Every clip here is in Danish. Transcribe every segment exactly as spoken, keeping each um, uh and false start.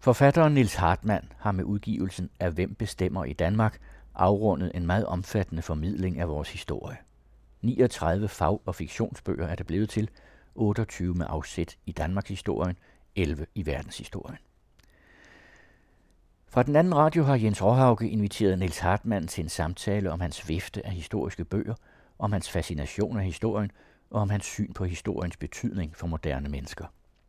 Forfatteren Niels Hartmann har med udgivelsen af Hvem bestemmer i Danmark afrundet en meget omfattende formidling af vores historie. niogtredive fag- og fiktionsbøger er det blevet til, otteogtyve med afsæt i Danmarks historien, elleve i verdenshistorien. Fra den anden radio har Jens Råhauke inviteret Niels Hartmann til en samtale om hans vifte af historiske bøger, om hans fascination af historien og om hans syn på historiens betydning for moderne mennesker.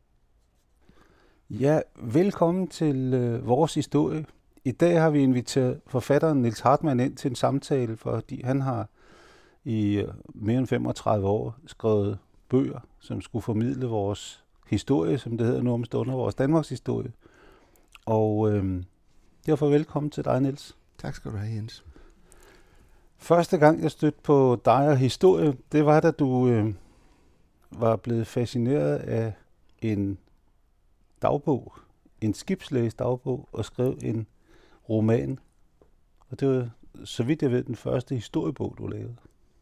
Ja, velkommen til øh, vores historie. I dag har vi inviteret forfatteren Niels Hartmann ind til en samtale, fordi han har i øh, mere end femogtredive år skrevet bøger, som skulle formidle vores historie, som det hedder nu om stunder, vores Danmarks historie. Og øh, derfor velkommen til dig, Niels. Tak skal du have, Jens. Første gang, jeg stødte på dig og historie, det var, da du øh, var blevet fascineret af en dagbog, en skibslæges dagbog, og skrev en roman. Og det var, så vidt jeg ved, den første historiebog, du lavede.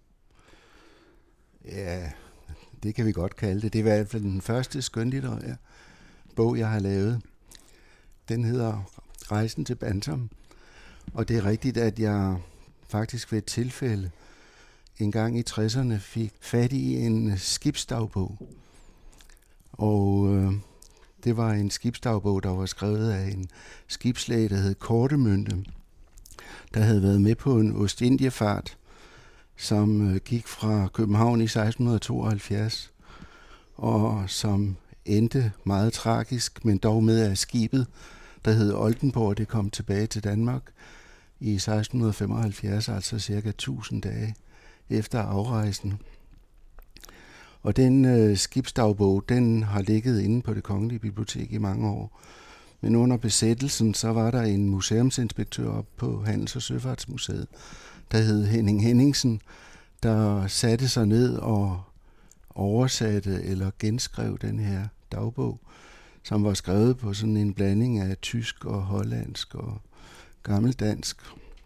Ja, det kan vi godt kalde det. Det er i hvert fald den første skønlitterære bog, jeg har lavet. Den hedder Rejsen til Bantam. Og det er rigtigt, at jeg faktisk ved et tilfælde en gang i tresserne fik fat i en skibsdagbog. Og øh, det var en skibsdagbog, der var skrevet af en skibslæge, der hed Kortemünde, der havde været med på en Ostindie-fart, som gik fra København i seksten tooghalvfjerds, og som endte meget tragisk, men dog med at skibet, der hed Oldenborg, det kom tilbage til Danmark i seksten femoghalvfjerds, altså cirka tusind dage efter afrejsen. Og den øh, skibsdagbog, den har ligget inde på Det Kongelige Bibliotek i mange år. Men under besættelsen, så var der en museumsinspektør op på Handels- og Søfartsmuseet, der hed Henning Henningsen, der satte sig ned og oversatte eller genskrev den her dagbog, som var skrevet på sådan en blanding af tysk og hollandsk og gammeldansk.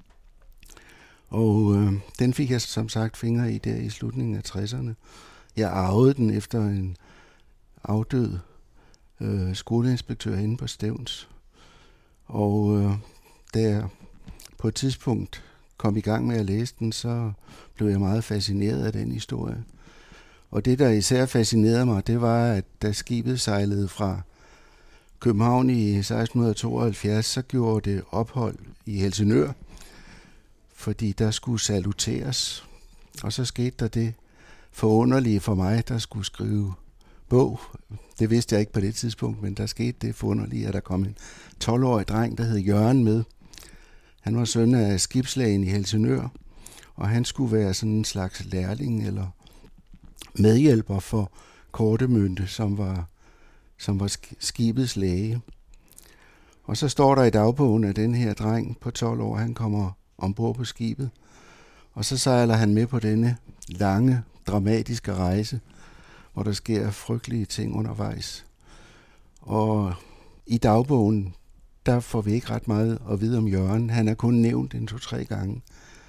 Og øh, den fik jeg som sagt fingre i der i slutningen af tresserne. Jeg arvede den efter en afdød øh, skoleinspektør inde på Stevns. Og øh, da jeg på et tidspunkt kom i gang med at læse den, så blev jeg meget fascineret af den historie. Og det, der især fascinerede mig, det var, at da skibet sejlede fra København i seksten tooghalvfjerds, så gjorde det ophold i Helsingør, fordi der skulle saluteres. Og så skete der det forunderlige for mig, der skulle skrive bog. Det vidste jeg ikke på det tidspunkt, men der skete det forunderlige, at der kom en tolv-årig dreng, der hed Jørgen med. Han var søn af skibslægen i Helsingør, og han skulle være sådan en slags lærling eller medhjælper for Kortemünde, som var, som var skibets læge. Og så står der i dagbogen, at den her dreng på tolv år, han kommer ombord på skibet, og så sejler han med på denne lange, dramatiske rejse, hvor der sker frygtelige ting undervejs. Og i dagbogen, der får vi ikke ret meget at vide om Jørgen. Han er kun nævnt en to-tre gange.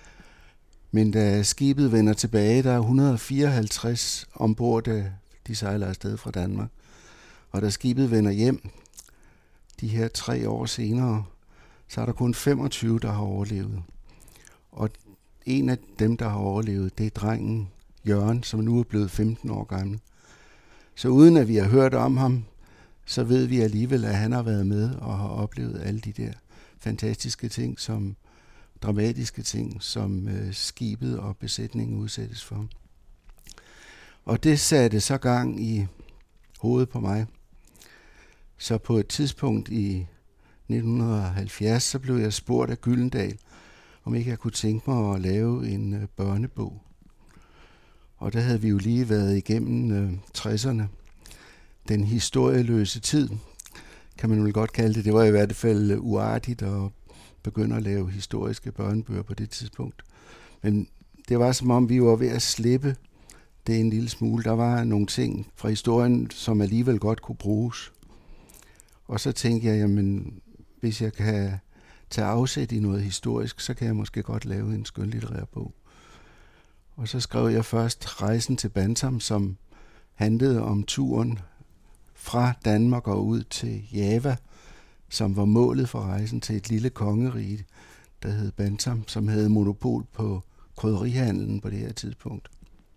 Men da skibet vender tilbage, der er et hundrede og fireoghalvtreds ombord, da de sejler afsted fra Danmark. Og da skibet vender hjem, de her tre år senere, så er der kun femogtyve, der har overlevet. Og en af dem, der har overlevet, det er drengen Jørgen, som nu er blevet femten år gammel. Så uden at vi har hørt om ham, så ved vi alligevel, at han har været med og har oplevet alle de der fantastiske ting, som dramatiske ting, som øh, skibet og besætningen udsættes for. Og det satte så gang i hovedet på mig. Så på et tidspunkt i nitten halvfjerds, så blev jeg spurgt af Gyldendal, om ikke jeg kunne tænke mig at lave en øh, børnebog. Og der havde vi jo lige været igennem øh, tresserne. Den historieløse tid, kan man vel godt kalde det. Det var i hvert fald øh, uartigt at begynde at lave historiske børnebøger på det tidspunkt. Men det var som om, vi var ved at slippe det en lille smule. Der var nogle ting fra historien, som alligevel godt kunne bruges. Og så tænkte jeg, jamen, hvis jeg kan tage afsæt i noget historisk, så kan jeg måske godt lave en skønlitterær bog. Og så skrev jeg først Rejsen til Bantam, som handlede om turen fra Danmark og ud til Java som var målet for rejsen til et lille kongerige, der hed Bantam, som havde monopol på krydderihandlen på det her tidspunkt.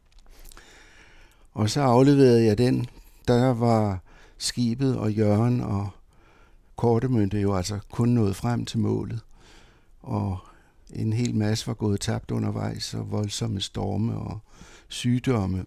Og så afleverede jeg den. Der var skibet og Jørgen og Kortemønte jo altså kun nået frem til målet. Og en hel masse var gået tabt undervejs, og voldsomme storme og sygdomme.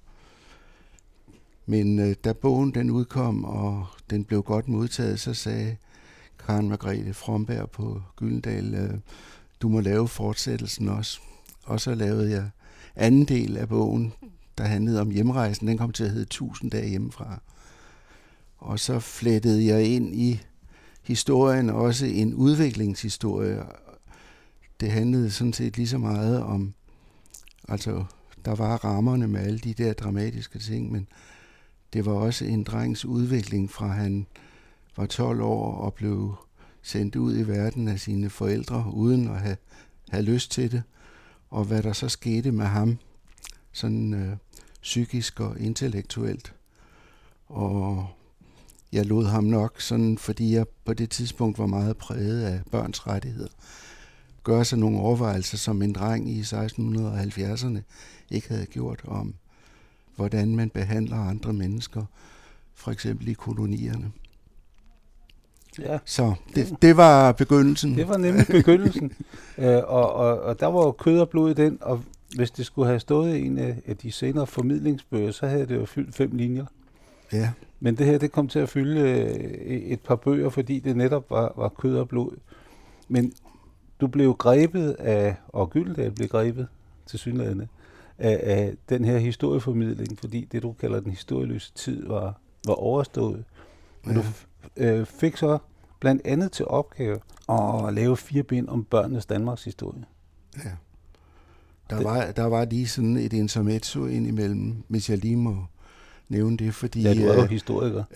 Men øh, da bogen den udkom, og den blev godt modtaget, så sagde Karen Margrethe Fromberg på Gyldendal, øh, du må lave fortsættelsen også. Og så lavede jeg anden del af bogen, der handlede om hjemrejsen. Den kom til at hedde tusind dage hjemmefra. Og så flettede jeg ind i historien også en udviklingshistorie. Det handlede sådan set lige så meget om, altså der var rammerne med alle de der dramatiske ting, men det var også en drengs udvikling fra han var tolv år og blev sendt ud i verden af sine forældre uden at have, have lyst til det, og hvad der så skete med ham, sådan øh, psykisk og intellektuelt. Og jeg lod ham nok, sådan, fordi jeg på det tidspunkt var meget præget af børns rettigheder, gøre sig nogle overvejelser, som en dreng i seksten halvfjerdserne ikke havde gjort, om hvordan man behandler andre mennesker, for eksempel i kolonierne. Ja. Så det, det var begyndelsen. Det var nemlig begyndelsen. øh, og, og, og der var jo kød og blod i den, og hvis det skulle have stået i en af, af de senere formidlingsbøger, så havde det jo fyldt fem linjer. Ja. Men det her, det kom til at fylde øh, et par bøger, fordi det netop var, var kød og blod. Men du blev grebet af, og Gyldendal blev grebet til synligheden, af, af den her historieformidling, fordi det, du kalder den historieløse tid, var, var overstået. Men ja. du øh, fik så blandt andet til opgave at lave fire bind om børnenes Danmarks historie. Ja. Der var, der var lige sådan et intermezzo indimellem, hvis jeg lige må nævne det, fordi... Ja, du er jo historiker.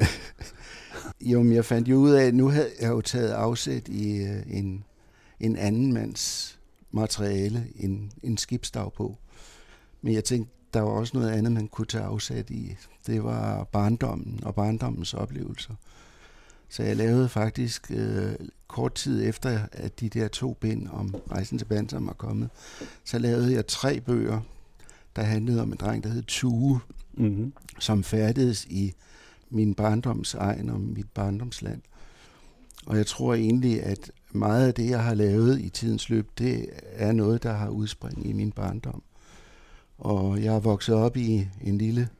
Jo, men jeg fandt jo ud af, at nu havde jeg jo taget afsæt i uh, en, en anden mands materiale, en, en skibsdagbog. Men jeg tænkte, der var også noget andet, man kunne tage afsæt i. Det var barndommen og barndommens oplevelser. Så jeg lavede faktisk øh, kort tid efter, at de der to bind om Rejsen til Bantam var kommet, så lavede jeg tre bøger, der handlede om en dreng, der hed Tue, mm-hmm. som færdedes i min barndomsegn og mit barndomsland. Og jeg tror egentlig, at meget af det, jeg har lavet i tidens løb, det er noget, der har udspring i min barndom. Og jeg er vokset op i en lille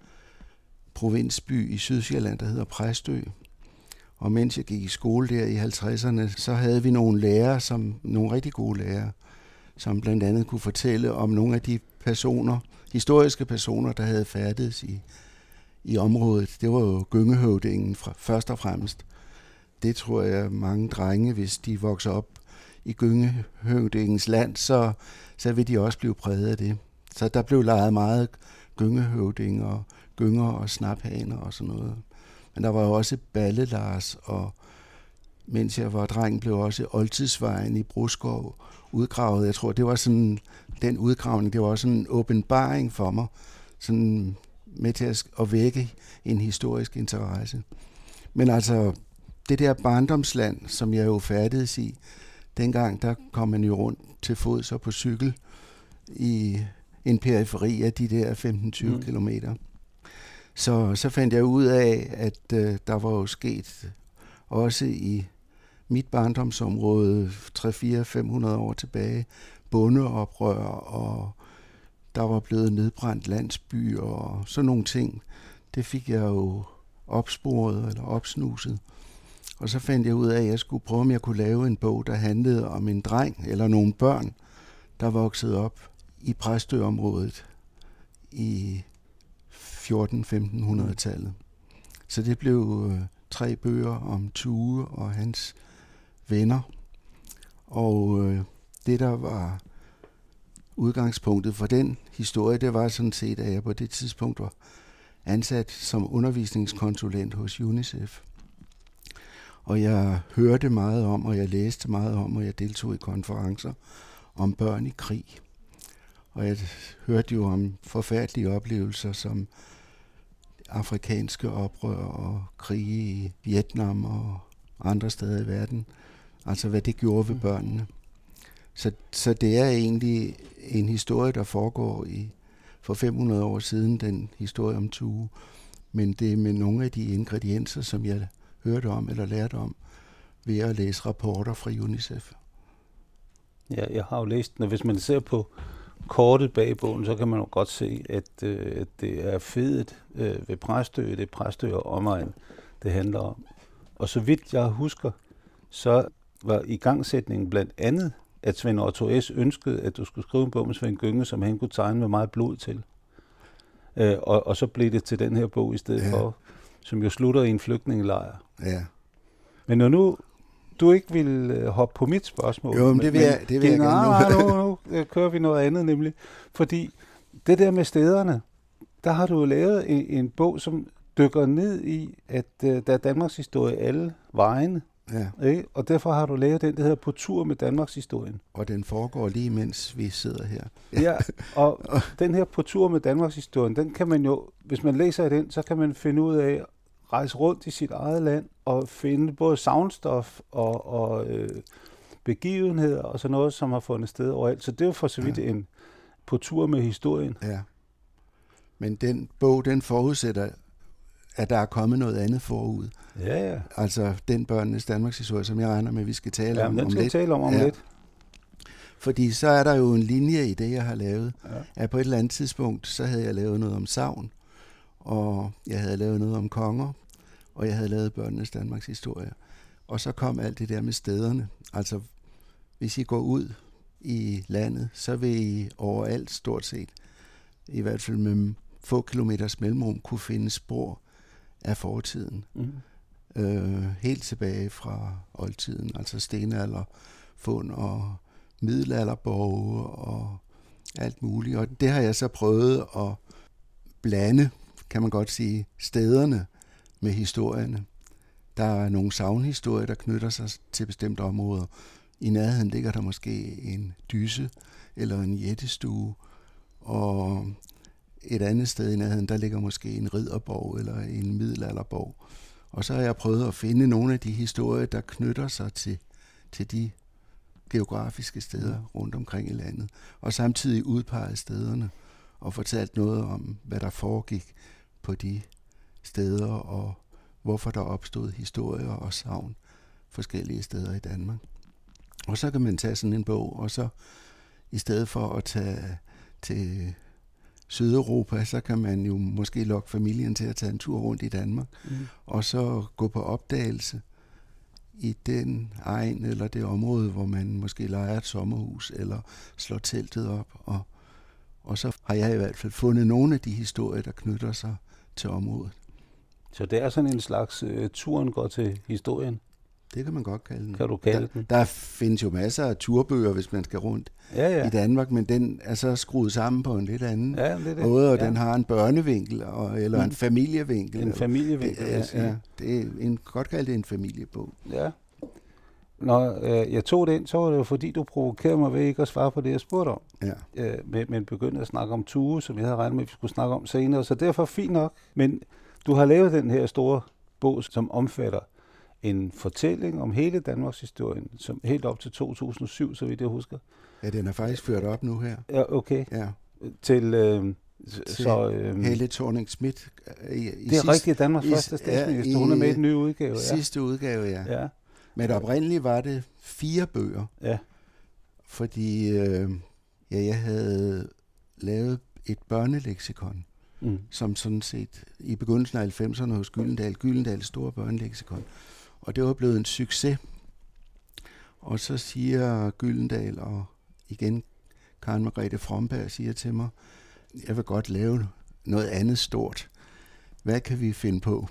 provinsby i Sydsjælland, der hedder Præstø. Og mens jeg gik i skole der i halvtredserne, så havde vi nogle lærere, som, nogle rigtig gode lærere, som blandt andet kunne fortælle om nogle af de personer, historiske personer, der havde færdedes i, i området. Det var jo Gyngehøvdingen fra, først og fremmest. Det tror jeg mange drenge, hvis de vokser op i Gyngehøvdingens land, så, så vil de også blive præget af det. Så der blev leget meget Gyngehøvding og gynger og snaphaner og sådan noget. Men der var jo også Balle Lars, og mens jeg var dreng, blev også Oldtidsvejen i Broskov udgravet. Jeg tror, det var sådan, den udgravning, det var også en åbenbaring for mig, sådan med til at, at vække en historisk interesse. Men altså, det der barndomsland, som jeg jo færdedes i, dengang, der kom man jo rundt til fods og på cykel i en periferi af de der femten til tyve mm. kilometer. Så, så fandt jeg ud af, at øh, der var jo sket også i mit barndomsområde tre fire fem hundrede år tilbage bondeoprør, og der var blevet nedbrændt landsbyer og sådan nogle ting. Det fik jeg jo opsporet eller opsnuset. Og så fandt jeg ud af, at jeg skulle prøve, om jeg kunne lave en bog, der handlede om en dreng eller nogle børn, der voksede op i Præstø-området i fjorten til femten hundrede-tallet. Så det blev øh, tre bøger om Tue og hans venner. Og øh, det, der var udgangspunktet for den historie, det var sådan set, at jeg på det tidspunkt var ansat som undervisningskonsulent hos UNICEF. Og jeg hørte meget om, og jeg læste meget om, og jeg deltog i konferencer om børn i krig. Og jeg hørte jo om forfærdelige oplevelser som afrikanske oprør og krige i Vietnam og andre steder i verden. Altså hvad det gjorde ved børnene. Så, så det er egentlig en historie, der foregår i for fem hundrede år siden, den historie om Tue. Men det er med nogle af de ingredienser, som jeg hørte om eller lærte om, ved at læse rapporter fra UNICEF. Ja, jeg har jo læst den, og hvis man ser på kortet bag bogen, så kan man jo godt se, at, øh, at det er fedet øh, ved Præstø, det er Præstø og omegn, det handler om. Og så vidt jeg husker, så var igangsætningen blandt andet, at Svend Otto S. ønskede, at du skulle skrive en bog med Svend Gjønge, som han kunne tegne med meget blod til. Øh, og, og så blev det til den her bog i stedet ja. for, som jo slutter i en flygtningelejr. Ja. Men når nu du ikke vil hoppe på mit spørgsmål. Jo, men det vil jeg, det vil jeg gerne nu. Nu, nu kører vi noget andet nemlig. Fordi det der med stederne, der har du lavet en, en bog, som dykker ned i, at uh, der er Danmarks historie alle vejene. Ja. Ikke? Og derfor har du lavet den, der hedder På tur med Danmarks historien. Og den foregår lige mens vi sidder her. Ja, og den her På tur med Danmarks historien, den kan man jo, hvis man læser i den, så kan man finde ud af rejse rundt i sit eget land og finde både soundstof og, og øh, begivenheder og sådan noget, som har fundet sted overalt. Så det er jo for så vidt ja. en på tur med historien. Ja. Men den bog, den forudsætter, at der er kommet noget andet forud. Ja, ja. Altså den børnenes Danmarks historie, som jeg regner med, vi skal tale ja, om, den om skal lidt. tale om om ja. lidt. Fordi så er der jo en linje i det, jeg har lavet. Ja. At på et eller andet tidspunkt, så havde jeg lavet noget om sagn, og jeg havde lavet noget om konger, og jeg havde lavet børnenes Danmarks historie. Og så kom alt det der med stederne. Altså, hvis I går ud i landet, så vil I overalt stort set, i hvert fald med få kilometers mellemrum, kunne finde spor af fortiden. Mm. Øh, helt tilbage fra oldtiden, altså stenalder, fund og middelalderborge og alt muligt. Og det har jeg så prøvet at blande, kan man godt sige, stederne med historierne. Der er nogle sagnhistorier, der knytter sig til bestemte områder. I nærheden ligger der måske en dyse eller en jættestue, og et andet sted i nærheden, der ligger måske en ridderborg eller en middelalderborg. Og så har jeg prøvet at finde nogle af de historier, der knytter sig til, til de geografiske steder rundt omkring i landet, og samtidig udpeget stederne og fortalt noget om, hvad der foregik på de steder, og hvorfor der opstod historier og sagn forskellige steder i Danmark. Og så kan man tage sådan en bog, og så i stedet for at tage til Sydeuropa, så kan man jo måske lokke familien til at tage en tur rundt i Danmark, mm. og så gå på opdagelse i den egen eller det område, hvor man måske lejer et sommerhus eller slår teltet op. Og, og så har jeg i hvert fald fundet nogle af de historier, der knytter sig til området. Så det er sådan en slags uh, turen går til historien? Det kan man godt kalde den. Kan du kalde der, den? Der findes jo masser af turbøger, hvis man skal rundt ja, ja. i Danmark, men den er så skruet sammen på en lidt anden ja, det det. måde, og ja. den har en børnevinkel og, eller en familievinkel. En familievinkel, det, ja, ja, det er en, godt kalde det en familiebog. Ja. Når øh, jeg tog det ind, så var det jo fordi, du provokerede mig ved ikke at svare på det, jeg spurgte om. Ja. Øh, men, men begyndte at snakke om Tue, som jeg havde regnet med, at vi skulle snakke om senere, så derfor fint nok. Men du har lavet den her store bog, som omfatter en fortælling om hele Danmarks historien, som helt op til to tusind og syv, så vidt jeg husker. Ja, den er faktisk ført op nu her. Ja, okay. Ja. Til, øh, til så, øh, Helle Thorning-Schmidt. I, i det er sidste, rigtigt, Danmarks i, første statsminister. Ja, hun er med i den nye udgave. Ja. Sidste udgave, ja. ja. Men oprindeligt var det fire bøger. Ja. Fordi øh, ja, jeg havde lavet et børneleksikon, mm. som sådan set i begyndelsen af halvfemserne hos Gyldendal, Gyldendals store børneleksikon. Og det var blevet en succes. Og så siger Gyldendal, og igen Karen Margrethe Fromberg siger til mig, jeg vil godt lave noget andet stort. Hvad kan vi finde på?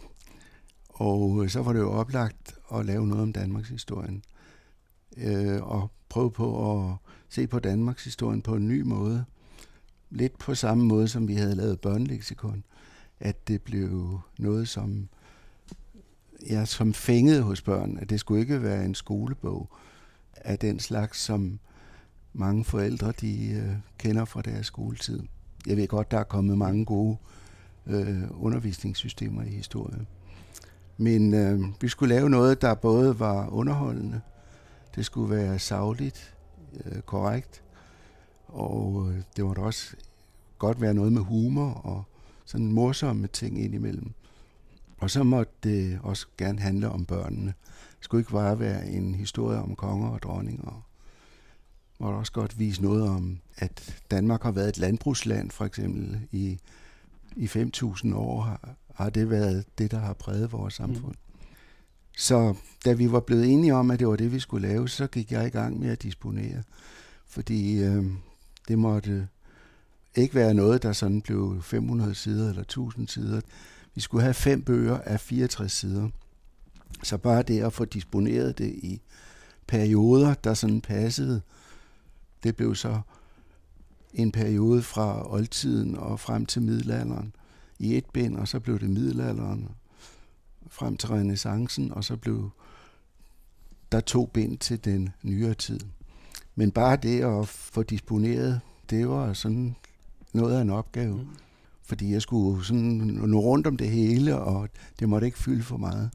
Og så var det jo oplagt at lave noget om Danmarks historien. Øh, og prøve på at se på Danmarks historien på en ny måde. Lidt på samme måde, som vi havde lavet børneleksikon. At det blev noget, som, ja, som fængede hos børn. At det skulle ikke være en skolebog af den slags, som mange forældre de øh, kender fra deres skoletid. Jeg ved godt, der er kommet mange gode øh, undervisningssystemer i historie. Men øh, vi skulle lave noget, der både var underholdende, det skulle være sagligt, øh, korrekt, og øh, det måtte også godt være noget med humor og sådan morsomme ting indimellem. Og så måtte det også gerne handle om børnene. Det skulle ikke bare være en historie om konger og dronninger. Det måtte også godt vise noget om, at Danmark har været et landbrugsland, for eksempel i, i fem tusind år har, har det været det, der har præget vores samfund. Mm. Så da vi var blevet enige om, at det var det, vi skulle lave, så gik jeg i gang med at disponere. Fordi øh, det måtte ikke være noget, der sådan blev fem hundrede sider eller tusind sider. Vi skulle have fem bøger af fireogtres sider. Så bare det at få disponeret det i perioder, der sådan passede, det blev så en periode fra oldtiden og frem til middelalderen i et bind, og så blev det middelalderen frem til renæssancen, og så blev der to bind til den nyere tid. Men bare det at få disponeret, det var sådan noget af en opgave. Mm. Fordi jeg skulle sådan nå rundt om det hele, og det måtte ikke fylde for meget.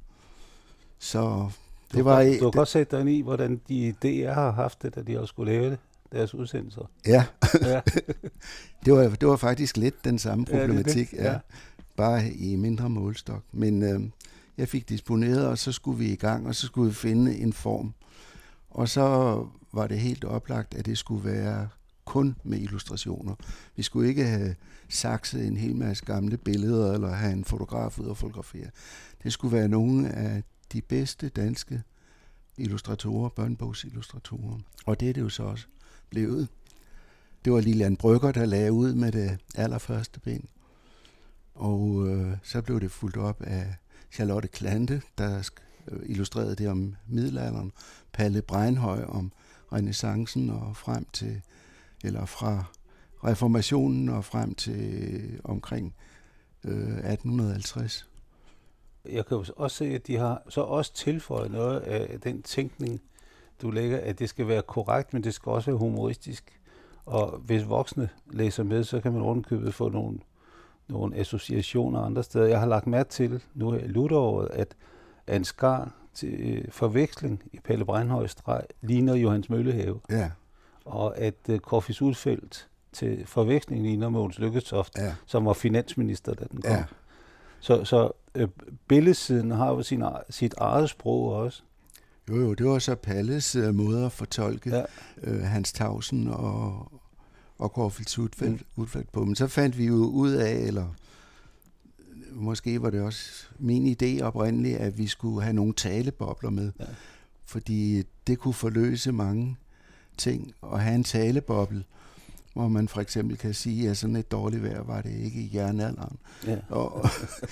Så det du var... Kan, du kan godt sætte dig ind i, hvordan de D R har haft det, da de også skulle lave det, deres udsendelser. Ja, ja. det, var, det var faktisk lidt den samme problematik, ja, det det. Ja. Ja. Bare i mindre målstok. Men øh, jeg fik disponeret, og så skulle vi i gang, og så skulle vi finde en form. Og så var det helt oplagt, at det skulle være kun med illustrationer. Vi skulle ikke have sakset en hel masse gamle billeder, eller have en fotograf ud og fotografere. Det skulle være nogle af de bedste danske illustratorer, børnebogsillustratorer. Og det er det jo så også blevet. Det var Lilian Brøgger, der lagde ud med det allerførste bind. Og øh, så blev det fulgt op af Charlotte Klante, der illustrerede det om middelalderen. Palle Breinhøj om renæssancen og frem til, eller fra reformationen og frem til omkring øh, atten halvtreds. Jeg kan jo også se, at de har så også tilføjet noget af den tænkning, du lægger, at det skal være korrekt, men det skal også være humoristisk. Og hvis voksne læser med, så kan man rundkøbet få nogle, nogle associationer andre steder. Jeg har lagt mærke til nu i Lutheråret, at Ansgar til forveksling i Palle Breinhøjs streg ligner Johannes Møllehave. Ja. Og at uh, Corfitz Ulfeldt til forveksling ligner Mogens Lykketoft, ja. Som var finansminister, da den kom. Ja. Så, så øh, billedsiden har jo sin, sit eget sprog også. Jo, jo, det var så Palles øh, måde at fortolke ja. øh, Hans Tausen og, og Corfitz Ulfeldt mm. på. Men så fandt vi jo ud af, eller måske var det også min idé oprindeligt, at vi skulle have nogle talebobler med. Ja. Fordi det kunne forløse mange ting. Og have en taleboble, hvor man for eksempel kan sige, at sådan et dårligt vejr var det ikke i jernalderen. Ja. Og,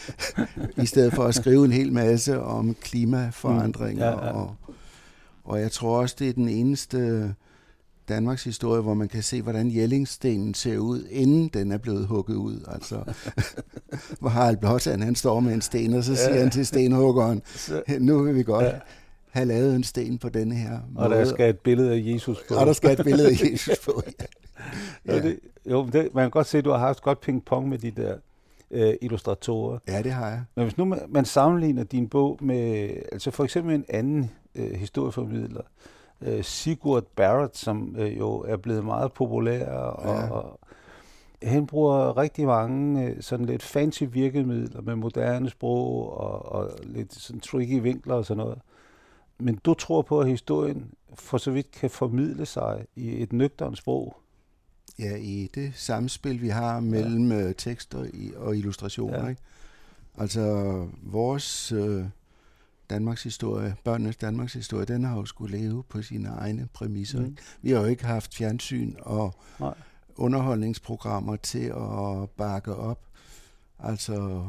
i stedet for at skrive en hel masse om klimaforandringer. Mm. Ja, ja. Og, og jeg tror også, det er den eneste Danmarks historie, hvor man kan se, hvordan Jellingstenen ser ud, inden den er blevet hugget ud. Altså, hvor Harald Blåtand, han står med en sten, og så siger ja. han til stenhuggeren, nu vil vi godt ja. have lavet en sten på denne her måde. Og der skal et billede af Jesus på. Og der skal et billede af Jesus på, ja. Ja. Jo, det, jo det, man kan godt se, at du har haft godt ping-pong med de der øh, illustratorer. Ja, det har jeg. Men hvis nu man, man sammenligner din bog med, altså for eksempel en anden øh, historieformidler, øh, Sigurd Barrett, som øh, jo er blevet meget populær, og, ja. og han bruger rigtig mange øh, sådan lidt fancy virkemidler med moderne sprog og, og lidt sådan tricky vinkler og sådan noget. Men du tror på, at historien for så vidt kan formidle sig i et nøgternt sprog? Ja, i det samspil, vi har mellem ja. tekster og illustrationer. Ja. Ikke? Altså, vores øh, Danmarks historie, børnenes Danmarks historie, den har jo skulle leve på sine egne præmisser. Mm. Ikke? Vi har jo ikke haft fjernsyn og Nej. underholdningsprogrammer til at bakke op. Altså,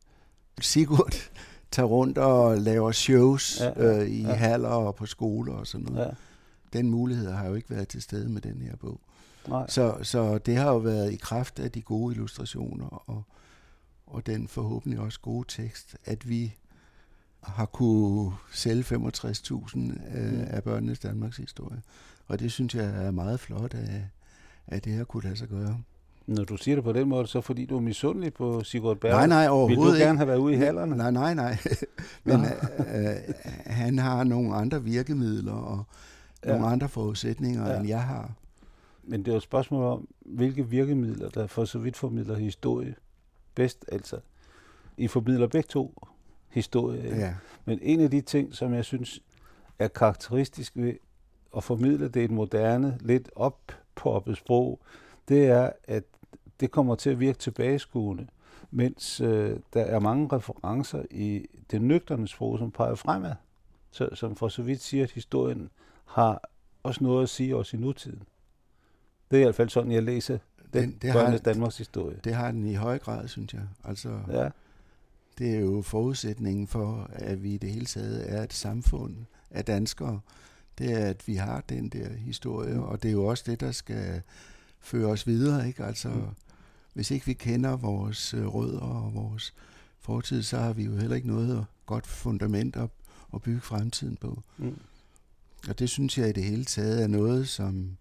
Sigurd tager rundt og laver shows ja, ja, øh, i ja. haller og på skoler og sådan noget. Ja. Den mulighed har jo ikke været til stede med den her bog. Så, så det har jo været i kraft af de gode illustrationer og, og den forhåbentlig også gode tekst, at vi har kunne sælge femogtres tusind af, mm. af børnenes Danmarks historie. Og det synes jeg er meget flot, at, at det her kunne lade sig gøre. Når du siger det på den måde, så fordi du er misundelig på Sigurd Berg. Nej, nej, overhovedet Vil du ikke. gerne have været ude i hallerne? Nej, nej, nej. Men øh, han har nogle andre virkemidler og ja. nogle andre forudsætninger, ja. end jeg har. Men det er jo et spørgsmål om, hvilke virkemidler, der for så vidt formidler historie bedst. Altså, I formidler begge to historie. Ja. Men en af de ting, som jeg synes er karakteristisk ved at formidle det et moderne, lidt oppoppet sprog, det er, at det kommer til at virke tilbageskuende, mens øh, der er mange referencer i det nøgterne sprog, som peger fremad, så, som for så vidt siger, at historien har også noget at sige også i nutiden. Det er i hvert fald sådan, jeg læser den, den det børnenes Danmarks historie. Det har den i høj grad, synes jeg. Altså, ja. Det er jo forudsætningen for, at vi i det hele taget er et samfund af danskere. Det er, at vi har den der historie, mm. og det er jo også det, der skal føre os videre, ikke? Altså, mm. hvis ikke vi kender vores rødder og vores fortid, så har vi jo heller ikke noget godt fundament at, at bygge fremtiden på. Mm. Og det synes jeg i det hele taget er noget, som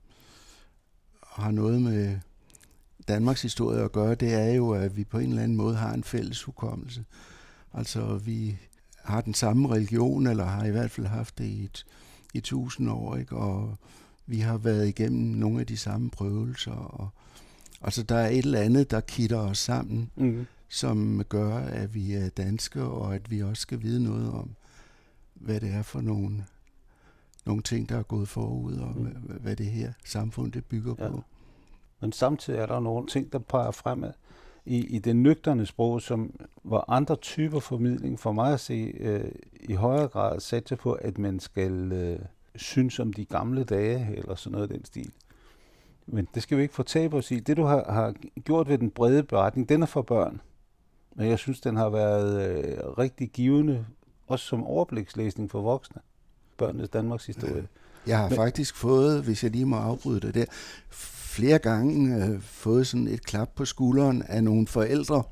har noget med Danmarks historie at gøre. Det er jo, at vi på en eller anden måde har en fælles hukommelse. Altså, vi har den samme religion, eller har i hvert fald haft det i, et, i tusind år, ikke? Og vi har været igennem nogle af de samme prøvelser. Og, altså, der er et eller andet, der kitter os sammen, mm. som gør, at vi er danske, og at vi også skal vide noget om, hvad det er for nogle, nogle ting, der er gået forud, og mm. hvad, hvad det her samfund det bygger ja. på. Men samtidig er der nogle ting, der peger fremad i, i det nøgterne sprog, som var andre typer formidling for mig at se øh, i højere grad sætte på, at man skal øh, synes om de gamle dage, eller sådan noget af den stil. Men det skal vi ikke fortabe os i. Det, du har, har gjort ved den brede beretning, den er for børn. Men jeg synes, den har været øh, rigtig givende, også som overblikslæsning for voksne. Børnenes Danmarks historie. Jeg har Men, faktisk fået, hvis jeg lige må afbryde det der, flere gange øh, fået sådan et klap på skulderen af nogle forældre.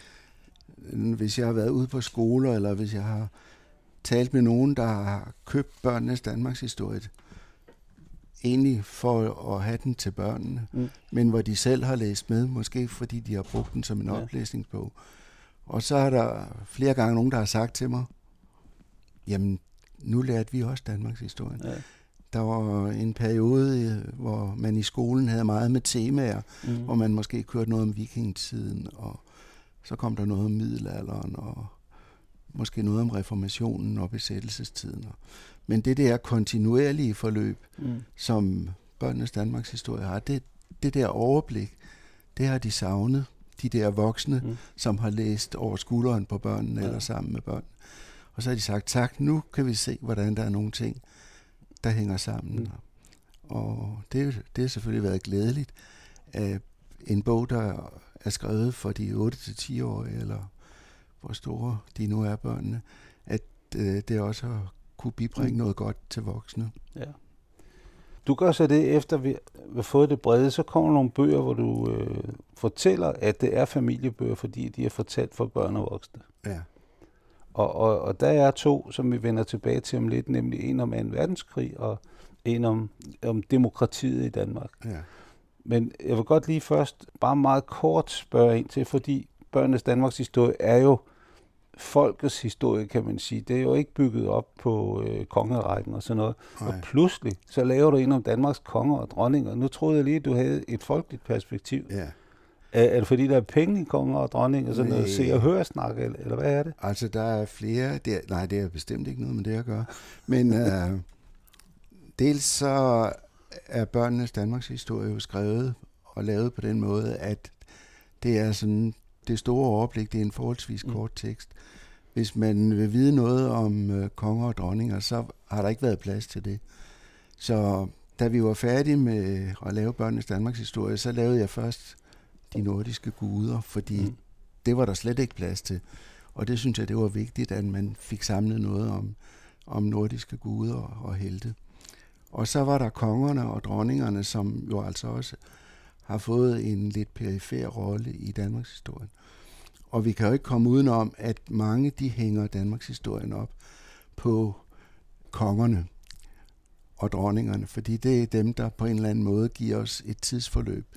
Hvis jeg har været ude på skoler, eller hvis jeg har talt med nogen, der har købt Børnenes Danmarks historie, egentlig for at have den til børnene, mm. men hvor de selv har læst med, måske fordi de har brugt den som en ja. oplæsningsbog. Og så er der flere gange nogen, der har sagt til mig, jamen, nu lærte vi også Danmarks historie. Ja. Der var en periode, hvor man i skolen havde meget med temaer, mm. hvor man måske kørte noget om vikingetiden, og så kom der noget om middelalderen, og måske noget om reformationen og besættelsestiden. Men det der kontinuerlige forløb, mm. som Børnenes Danmarks historie har, det, det der overblik, det har de savnet, de der voksne, mm. som har læst over skulderen på børnene ja. eller sammen med børn. Og så har de sagt, tak, nu kan vi se, hvordan der er nogle ting, der hænger sammen. Mm. Og det, det har selvfølgelig været glædeligt, at en bog, der er skrevet for de otte til ti-årige, eller hvor store de nu er børnene, at øh, det også har kunne bibringe mm. noget godt til voksne. Ja. Du gør så det, efter vi har fået det brede, så kommer nogle bøger, hvor du øh, fortæller, at det er familiebøger, fordi de er fortalt for børn og voksne. Ja. Og, og, og der er to, som vi vender tilbage til om lidt, nemlig en om anden verdenskrig og en om, om demokratiet i Danmark. Ja. Men jeg vil godt lige først bare meget kort spørge ind til, fordi Børnenes Danmarks historie er jo folkets historie, kan man sige. Det er jo ikke bygget op på øh, kongerækken og sådan noget. Nej. Og pludselig, så laver du en om Danmarks konger og dronninger. Nu troede jeg lige, at du havde et folkeligt perspektiv. Ja. Er, er det fordi, der er penge i konger og dronninger, sådan noget se og høre snak, eller, eller hvad er det? Altså, der er flere... Det er, nej, det er bestemt ikke noget med det at gøre. Men øh, dels så er Børnenes Danmarks historie jo skrevet og lavet på den måde, at det er sådan... Det store overblik, det er en forholdsvis kort tekst. Hvis man vil vide noget om øh, konger og dronninger, så har der ikke været plads til det. Så da vi var færdige med at lave Børnenes Danmarks historie, så lavede jeg først de nordiske guder, fordi mm. det var der slet ikke plads til. Og det synes jeg, det var vigtigt, at man fik samlet noget om, om nordiske guder og helte. Og så var der kongerne og dronningerne, som jo altså også har fået en lidt perifer rolle i Danmarks historie. Og vi kan jo ikke komme udenom, at mange de hænger Danmarks historien op på kongerne og dronningerne, fordi det er dem, der på en eller anden måde giver os et tidsforløb. Mm.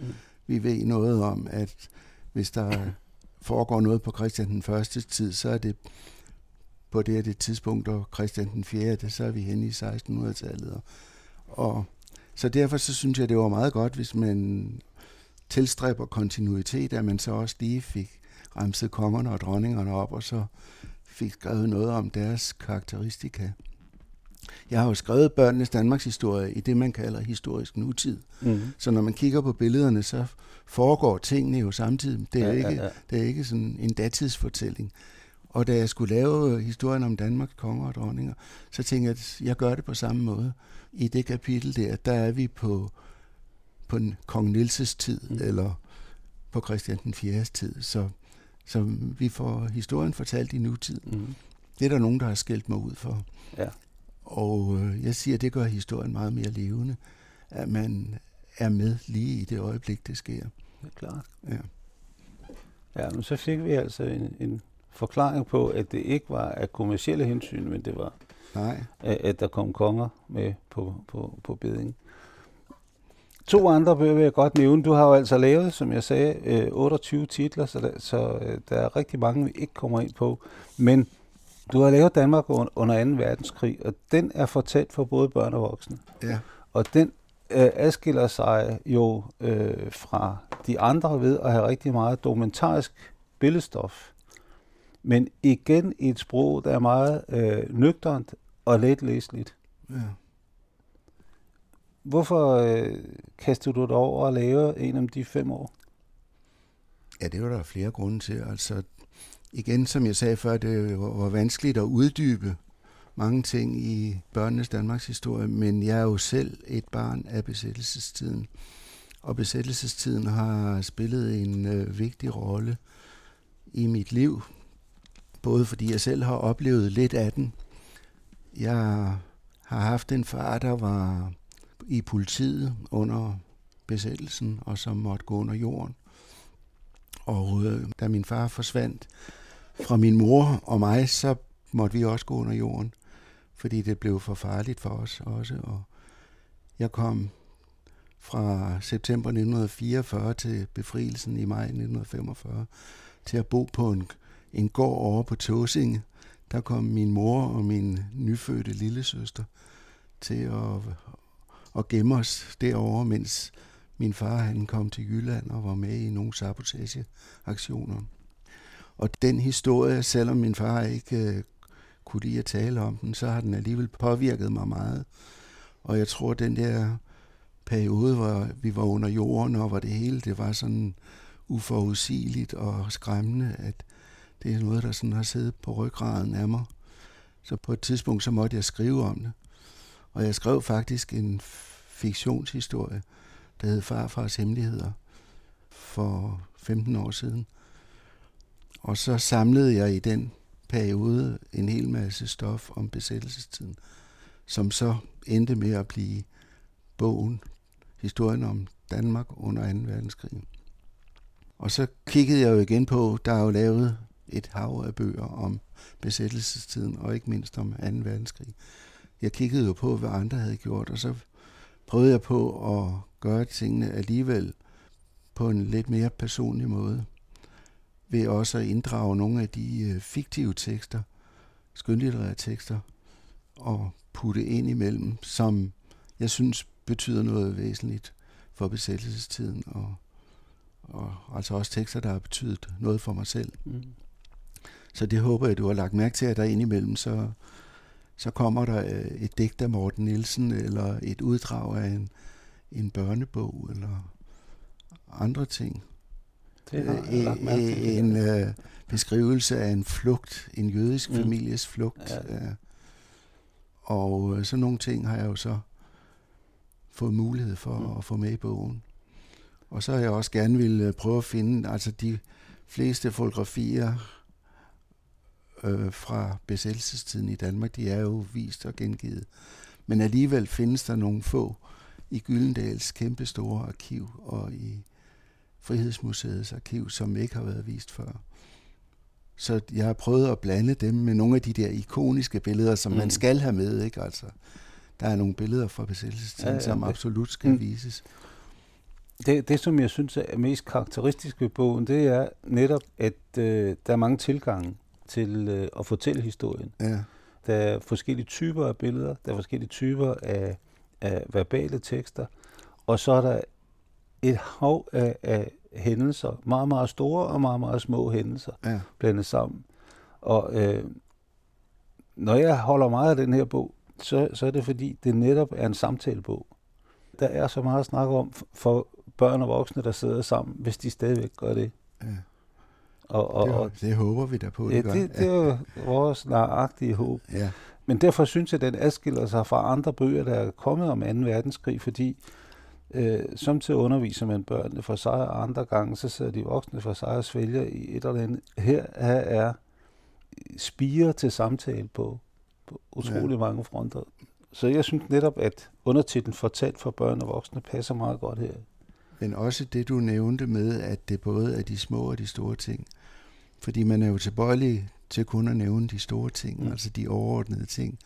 Vi ved noget om, at hvis der foregår noget på Christian den Første tid, så er det på det her det tidspunkt, og Christian den Fjerde, så er vi henne i sekstenhundredetallet. Og, og så derfor så synes jeg, det var meget godt, hvis man tilstræber kontinuitet, at man så også lige fik remset kongerne og dronningerne op, og så fik skrevet noget om deres karakteristika. Jeg har jo skrevet børnenes Danmarks historie i det, man kalder historisk nutid. Mm. Så når man kigger på billederne, så foregår tingene jo samtidig. Det er, ja, ikke, ja, ja. Det er ikke sådan en datidsfortælling. Og da jeg skulle lave historien om Danmarks konger og dronninger, så tænkte jeg, at jeg gør det på samme måde. I det kapitel der, der er vi på, på kong Nielses tid, mm. eller på Christian den Fjerdes tid. Så, så vi får historien fortalt i nutid. Mm. Det er der nogen, der har skældt mig ud for. Ja. Og øh, jeg siger, at det gør historien meget mere levende, at man er med lige i det øjeblik, det sker. Det er klart. Ja. Ja, men så fik vi altså en, en forklaring på, at det ikke var af kommercielle hensyn, men det var, Nej. At, at der kom konger med på, på, på bedingen. To andre bøger vil jeg godt nævne. Du har jo altså lavet, som jeg sagde, otteogtyve titler, så der, så der er rigtig mange, vi ikke kommer ind på. Men du har lavet Danmark under anden verdenskrig, og den er fortalt for både børn og voksne. Ja. Og den øh, adskiller sig jo øh, fra de andre ved at have rigtig meget dokumentarisk billedstof. Men igen i et sprog, der er meget øh, nøgternt og let læseligt. Ja. Hvorfor øh, kastede du dig over at lave en om de fem år? Ja, det var der flere grunde til. Altså, igen, som jeg sagde før, det var vanskeligt at uddybe mange ting i børnenes Danmarks historie, men jeg er jo selv et barn af besættelsestiden. Og besættelsestiden har spillet en øh, vigtig rolle i mit liv, både fordi jeg selv har oplevet lidt af den. Jeg har haft en far, der var i politiet under besættelsen, og som måtte gå under jorden. Og øh, da min far forsvandt fra min mor og mig, så måtte vi også gå under jorden, fordi det blev for farligt for os også. Og jeg kom fra september nitten fireogfyrre til befrielsen i maj nitten femogfyrre til at bo på en, en gård over på Tåsinge. Der kom min mor og min nyfødte lillesøster til at, at gemme os derovre, mens min far han kom til Jylland og var med i nogle sabotageaktioner. Og den historie, selvom min far ikke øh, kunne lide at tale om den, så har den alligevel påvirket mig meget. Og jeg tror, den der periode, hvor vi var under jorden, og hvor det hele det var sådan uforudsigeligt og skræmmende, at det er noget, der sådan har siddet på ryggraden af mig. Så på et tidspunkt, så måtte jeg skrive om det. Og jeg skrev faktisk en fiktionshistorie, der hed Farfars Hemmeligheder, for femten år siden. Og så samlede jeg i den periode en hel masse stof om besættelsestiden, som så endte med at blive bogen, historien om Danmark under anden verdenskrig. Og så kiggede jeg jo igen på, der er jo lavet et hav af bøger om besættelsestiden, og ikke mindst om anden verdenskrig. Jeg kiggede jo på, hvad andre havde gjort, og så prøvede jeg på at gøre tingene alligevel på en lidt mere personlig måde, ved også at inddrage nogle af de fiktive tekster, skønlitterære tekster, og putte ind imellem, som jeg synes betyder noget væsentligt for besættelsestiden, og, og altså også tekster, der har betydet noget for mig selv. Mm. Så det håber jeg, du har lagt mærke til, at der indimellem, så, så kommer der et digt af Morten Nielsen, eller et uddrag af en, en børnebog, eller andre ting. Det har jeg lagt mærke til. En øh, beskrivelse af en flugt, en jødisk mm. families flugt. Ja. Ja. Og øh, sådan nogle ting har jeg jo så fået mulighed for mm. at få med i bogen. Og så har jeg også gerne ville prøve at finde, altså de fleste fotografier øh, fra besættelsestiden i Danmark, de er jo vist og gengivet. Men alligevel findes der nogle få i Gyldendals kæmpe store arkiv og i Frihedsmuseets arkiv, som ikke har været vist før. Så jeg har prøvet at blande dem med nogle af de der ikoniske billeder, som mm. man skal have med, ikke? Altså, der er nogle billeder fra besættelsestiden, ja, ja, som absolut skal mm. vises. Det, det, som jeg synes er mest karakteristisk ved bogen, det er netop, at øh, der er mange tilgange til øh, at fortælle historien. Ja. Der er forskellige typer af billeder, der er forskellige typer af, af verbale tekster, og så er der et hav af, af hændelser, meget, meget store og meget, meget små hændelser, Ja. blandet sammen. Og øh, når jeg holder meget af den her bog, så, så er det fordi, det netop er en samtalebog. Der er så meget at snakke om for børn og voksne, der sidder sammen, hvis de stadigvæk gør det. Ja. Og, og, Det, og, det håber vi da på, ja, det gør. det, det er jo vores nøjagtige håb. Ja. Men derfor synes jeg, at den adskiller sig fra andre bøger, der er kommet om anden verdenskrig, fordi øh, samtidig underviser man børnene for sig, og andre gange, så sidder de voksne for sig og svælger i et eller andet. Her, her er spirer til samtale på, på utrolig ja. mange fronter. Så jeg synes netop, at undertitlen Fortalt for børn og voksne passer meget godt her. Men også det, du nævnte med, at det både er de små og de store ting. Fordi man er jo tilbøjelig til kun at nævne de store ting, mm. altså de overordnede ting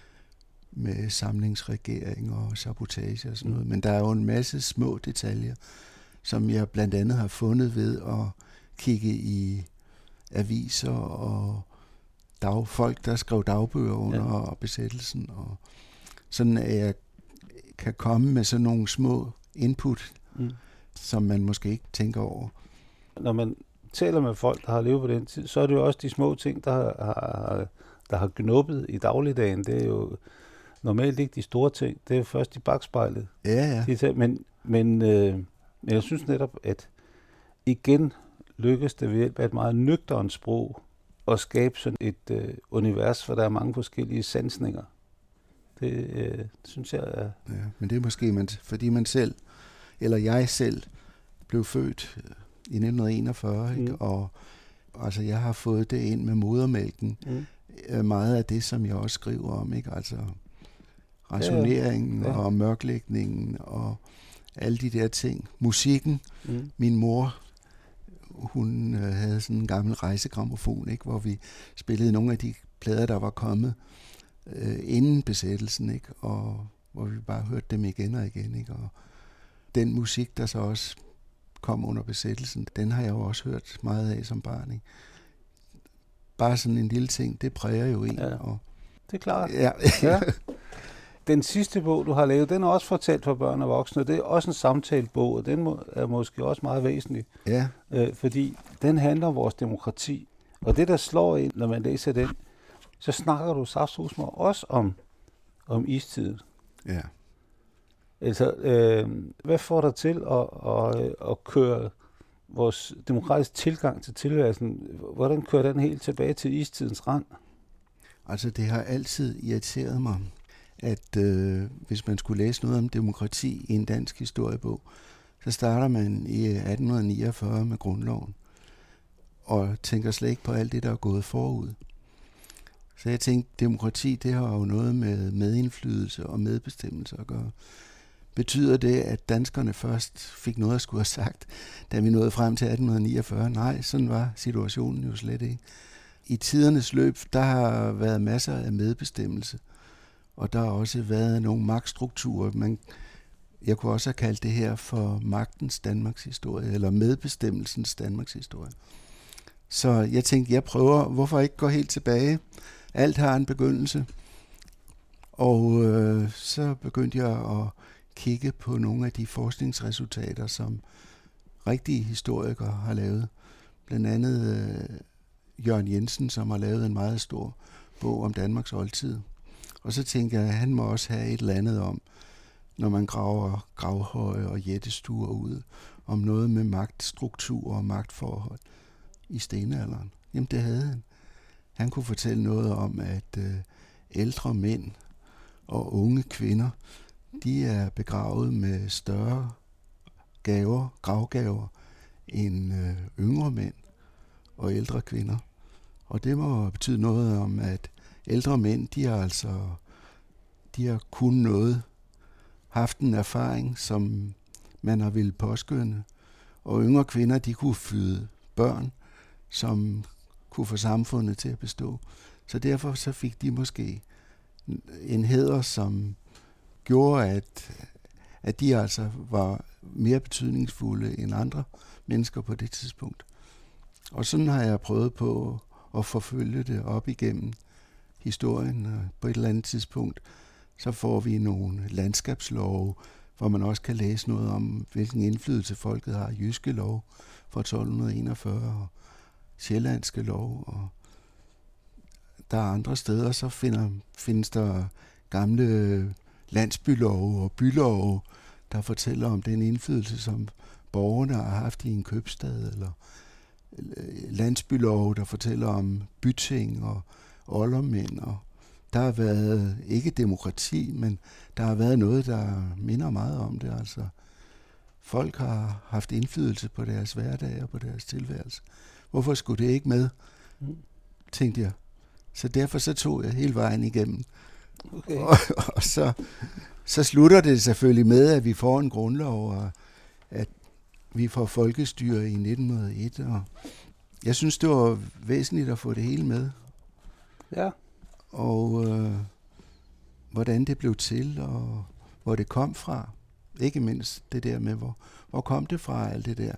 med samlingsregering og sabotage og sådan noget. Men der er jo en masse små detaljer, som jeg blandt andet har fundet ved at kigge i aviser og dag, folk, der skrev dagbøger under ja. besættelsen. Og sådan at jeg kan komme med sådan nogle små input, mm. som man måske ikke tænker over. Når man taler med folk, der har levet på den tid, så er det jo også de små ting, der har, der har knuppet i dagligdagen. Det er jo normalt ikke de store ting. Det er jo først i bagspejlet. Ja, ja. De, men, men øh, jeg synes netop, at igen lykkes det ved hjælp af et meget nøgternt sprog at skabe sådan et øh, univers, hvor der er mange forskellige sansninger. Det øh, synes jeg er... Ja, men det er måske, man, fordi man selv, eller jeg selv, blev født i nitten enogfyrre, mm. ikke? Og altså, jeg har fået det ind med modermælken. Mm. Meget af det, som jeg også skriver om, ikke? Altså rationeringen ja, ja. og mørklægningen og alle de der ting. Musikken. Mm. Min mor, hun øh, havde sådan en gammel rejsegrammofon, ikke? Hvor vi spillede nogle af de plader, der var kommet øh, inden besættelsen, ikke? Og hvor vi bare hørte dem igen og igen, ikke? Og den musik, der så også kom under besættelsen, den har jeg jo også hørt meget af som barn, ikke? Bare sådan en lille ting, det præger jo en. Ja, og det er klart. Ja. Ja. Den sidste bog, du har lavet, den er også fortalt for børn og voksne. Det er også en samtalebog, og den må, er måske også meget væsentlig. Ja. Øh, fordi den handler om vores demokrati. Og det, der slår ind, når man læser den, så snakker du saftsusme også om, om istiden. Ja. Altså, øh, hvad får dig til at, at, at køre vores demokratiske tilgang til tilværelsen? Hvordan kører den helt tilbage til istidens rand? Altså, det har altid irriteret mig, at øh, hvis man skulle læse noget om demokrati i en dansk historiebog, så starter man i atten niogfyrre med grundloven, og tænker slet ikke på alt det, der er gået forud. Så jeg tænkte, demokrati, det har jo noget med medindflydelse og medbestemmelse at gøre. Betyder det, at danskerne først fik noget at skulle have sagt, da vi nåede frem til atten niogfyrre? Nej, sådan var situationen jo slet ikke. I tidernes løb, der har været masser af medbestemmelse, og der har også været nogle magtstrukturer. Man, jeg kunne også have kaldt det her for magtens Danmarks historie, eller medbestemmelsens Danmarks historie. Så jeg tænkte, jeg prøver, hvorfor ikke gå helt tilbage? Alt har en begyndelse. Og øh, så begyndte jeg at kigge på nogle af de forskningsresultater, som rigtige historikere har lavet. Blandt andet øh, Jørgen Jensen, som har lavet en meget stor bog om Danmarks oldtid. Og så tænker jeg, at han må også have et eller andet om, når man graver gravhøje og jættestuer ud, om noget med magtstruktur og magtforhold i stenalderen. Jamen det havde han. Han kunne fortælle noget om, at øh, ældre mænd og unge kvinder, de er begravet med større gaver, gravgaver, end øh, yngre mænd og ældre kvinder. Og det må betyde noget om, at ældre mænd, de har altså de har kun noget, haft en erfaring, som man har ville påskynde. Og yngre kvinder, de kunne føde børn, som kunne få samfundet til at bestå. Så derfor så fik de måske en hæder, som gjorde, at, at de altså var, mere betydningsfulde end andre mennesker på det tidspunkt. Og sådan har jeg prøvet på at forfølge det op igennem historien. Og på et eller andet tidspunkt, så får vi nogle landskabslove, hvor man også kan læse noget om, hvilken indflydelse folket har. Jyske lov fra tolv enogfyrre og sjællandske lov. Og der er andre steder, så finder, findes der gamle landsbylove og bylove, der fortæller om den indflydelse, som borgerne har haft i en købstad, eller landsbylove, der fortæller om byting og oldermænd. Og der har været, ikke demokrati, men der har været noget, der minder meget om det. Altså, folk har haft indflydelse på deres hverdag og på deres tilværelse. Hvorfor skulle det ikke med, tænkte jeg. Så derfor så tog jeg hele vejen igennem. Okay. Og, og så, så slutter det selvfølgelig med, at vi får en grundlov, og at vi får folkestyre i nitten hundrede og et. Og jeg synes, det var væsentligt at få det hele med. Ja. Og øh, hvordan det blev til, og hvor det kom fra. Ikke mindst det der med, hvor, hvor kom det fra, alt det der.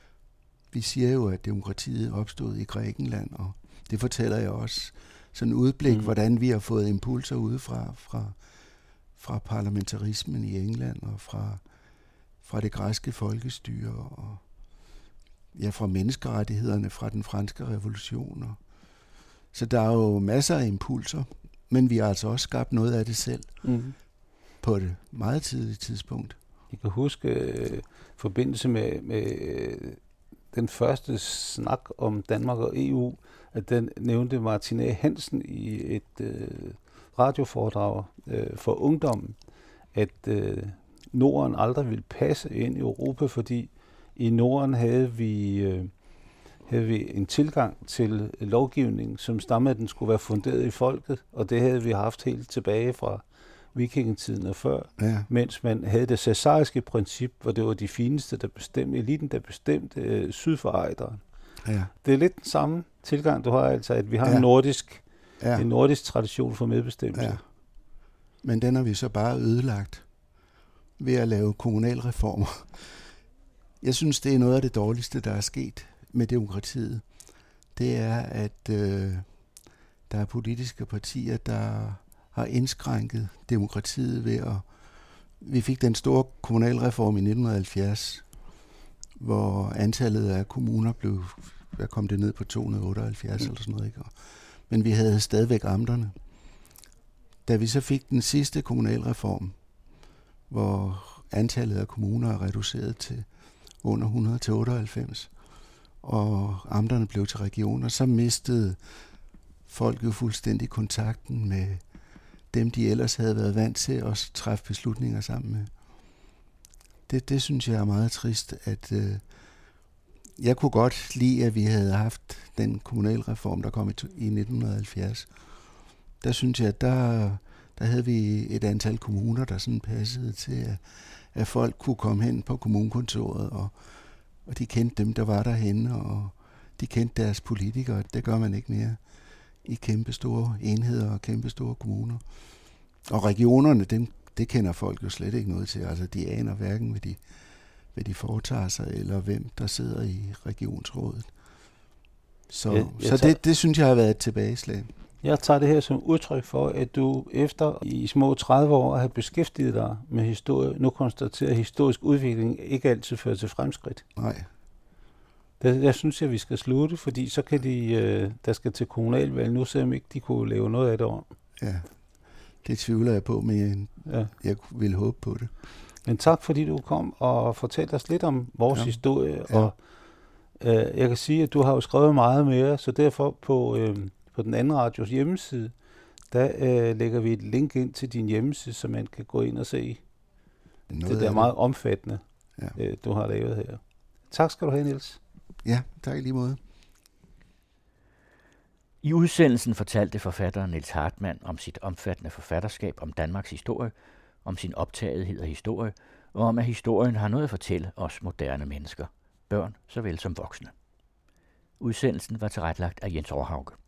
Vi siger jo, at demokratiet opstod i Grækenland, og det fortæller jeg også. Sådan en udblik, mm. hvordan vi har fået impulser udefra, fra, fra parlamentarismen i England, og fra, fra det græske folkestyre, og ja, fra menneskerettighederne, fra den franske revolution. Og så der er jo masser af impulser, men vi har altså også skabt noget af det selv mm. på et meget tidligt tidspunkt. Jeg kan huske uh, forbindelse med, med uh, den første snak om Danmark og E U, at den nævnte Martin A. Hansen i et uh, radioforedrag uh, for ungdommen, at uh, Norden aldrig ville passe ind i Europa, fordi i Norden havde vi... Uh, havde vi en tilgang til lovgivning, som stammede, at den skulle være funderet i folket, og det havde vi haft helt tilbage fra vikingetiden og før, ja. Mens man havde det caesariske princip, hvor det var de fineste, der bestemte, eliten, der bestemte øh, syd for Ejderen. Ja. Det er lidt den samme tilgang, du har altså, at vi har ja. en, nordisk, ja. en nordisk tradition for medbestemmelse. Ja. Men den har vi så bare ødelagt ved at lave kommunalreformer. Jeg synes, det er noget af det dårligste, der er sket med demokratiet. Det er, at øh, der er politiske partier, der har indskrænket demokratiet ved at... Vi fik den store kommunalreform i nitten halvfjerds, hvor antallet af kommuner blev... Der kom det ned på to hundrede otteoghalvfjerds mm. eller sådan noget, ikke? Men vi havde stadigvæk amterne. Da vi så fik den sidste kommunalreform, hvor antallet af kommuner er reduceret til under hundrede til otteoghalvfems, og amterne blev til regioner, så mistede folk jo fuldstændig kontakten med dem, de ellers havde været vant til at træffe beslutninger sammen med. Det, det synes jeg er meget trist, at øh, jeg kunne godt lide, at vi havde haft den kommunalreform, der kom i, i nitten halvfjerds. Der synes jeg, at der, der havde vi et antal kommuner, der sådan passede til, at, at folk kunne komme hen på kommunekontoret, og, og de kendte dem, der var derhenne, og de kendte deres politikere. Det gør man ikke mere i kæmpe store enheder og kæmpe store kommuner. Og regionerne, dem, det kender folk jo slet ikke noget til. Altså, de aner hverken, hvad de, hvad de foretager sig, eller hvem der sidder i regionsrådet. Så, jeg, jeg så tager, det, det synes jeg har været et tilbageslag. Jeg tager det her som udtryk for, at du efter i små tredive år at have beskæftiget dig med historie, nu konstaterer, at historisk udvikling ikke altid fører til fremskridt. Nej. Der, jeg synes, at vi skal slutte, fordi så kan de, øh, der skal til kommunalvalg nu, selvom ikke de kunne lave noget af det om. Ja, det tvivler jeg på, men jeg, ja. jeg vil håbe på det. Men tak, fordi du kom og fortalte os lidt om vores ja. historie. Ja. Og øh, jeg kan sige, at du har jo skrevet meget mere, så derfor på, øh, på den anden radios hjemmeside, der øh, lægger vi et link ind til din hjemmeside, så man kan gå ind og se noget det der meget det. omfattende, ja. øh, du har lavet her. Tak skal du have, Niels. Ja, tak i lige måde. I udsendelsen fortalte forfatteren Niels Hartmann om sit omfattende forfatterskab om Danmarks historie, om sin optagethed af historie, og om at historien har noget at fortælle os moderne mennesker, børn såvel som voksne. Udsendelsen var tilrettelagt af Jens Overhauge.